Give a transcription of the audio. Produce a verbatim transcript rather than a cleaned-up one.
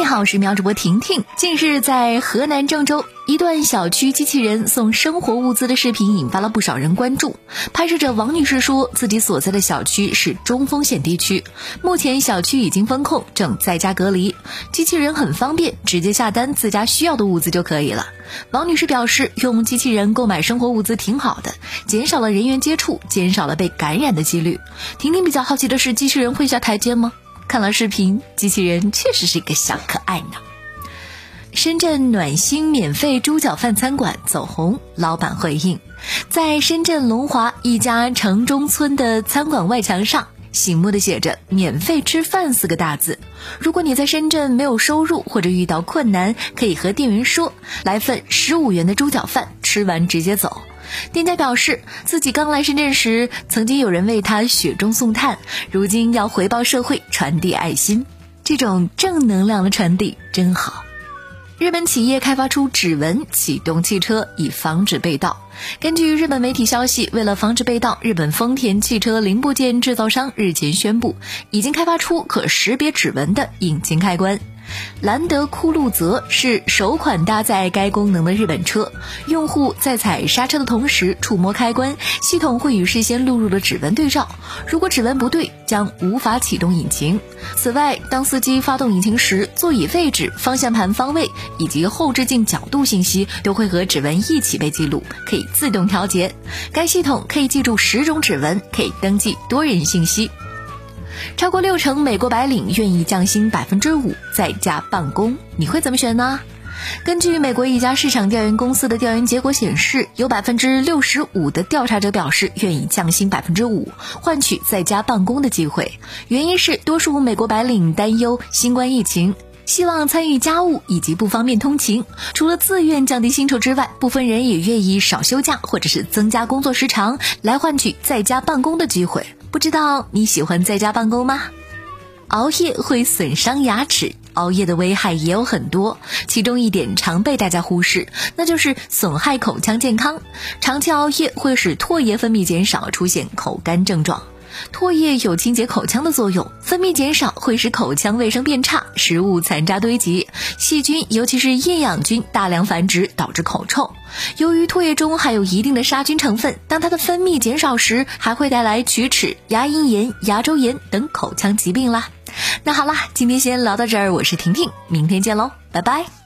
好，我是苗主播婷婷。近日在河南郑州，一段小区机器人送生活物资的视频引发了不少人关注。拍摄者王女士说，自己所在的小区是中风险地区，目前小区已经封控，正在家隔离。机器人很方便，直接下单自家需要的物资就可以了。王女士表示，用机器人购买生活物资挺好的，减少了人员接触，减少了被感染的几率。婷婷比较好奇的是，机器人会下台阶吗？看了视频，机器人确实是一个小可爱呢。深圳暖心免费猪脚饭餐馆走红，老板回应。在深圳龙华一家城中村的餐馆外墙上，醒目的写着免费吃饭四个大字。如果你在深圳没有收入或者遇到困难，可以和店员说，来份十五元的猪脚饭，吃完直接走。店家表示，自己刚来深圳时，曾经有人为他雪中送炭，如今要回报社会，传递爱心。这种正能量的传递真好。日本企业开发出指纹启动汽车，以防止被盗。根据日本媒体消息，为了防止被盗，日本丰田汽车零部件制造商日前宣布，已经开发出可识别指纹的引擎开关。兰德酷路泽是首款搭载该功能的日本车，用户在踩刹车的同时触摸开关，系统会与事先录入的指纹对照，如果指纹不对，将无法启动引擎。此外，当司机发动引擎时，座椅位置、方向盘方位以及后视镜角度信息都会和指纹一起被记录，可以自动调节。该系统可以记住十种指纹，可以登记多人信息。超过六成美国白领愿意降薪 百分之五 在家办公，你会怎么选呢？根据美国一家市场调研公司的调研结果显示，有 百分之六十五 的调查者表示愿意降薪 百分之五， 换取在家办公的机会。原因是多数美国白领担忧新冠疫情，希望参与家务以及不方便通勤。除了自愿降低薪酬之外，部分人也愿意少休假或者是增加工作时长，来换取在家办公的机会。不知道你喜欢在家办公吗？熬夜会损伤牙齿，熬夜的危害也有很多，其中一点常被大家忽视，那就是损害口腔健康。长期熬夜会使唾液分泌减少，出现口干症状。唾液有清洁口腔的作用，分泌减少会使口腔卫生变差，食物残渣堆积，细菌尤其是厌氧菌大量繁殖，导致口臭。由于唾液中含有一定的杀菌成分，当它的分泌减少时，还会带来龋齿、牙龈炎、牙周炎等口腔疾病啦。那好啦，今天先聊到这儿，我是婷婷，明天见喽，拜拜。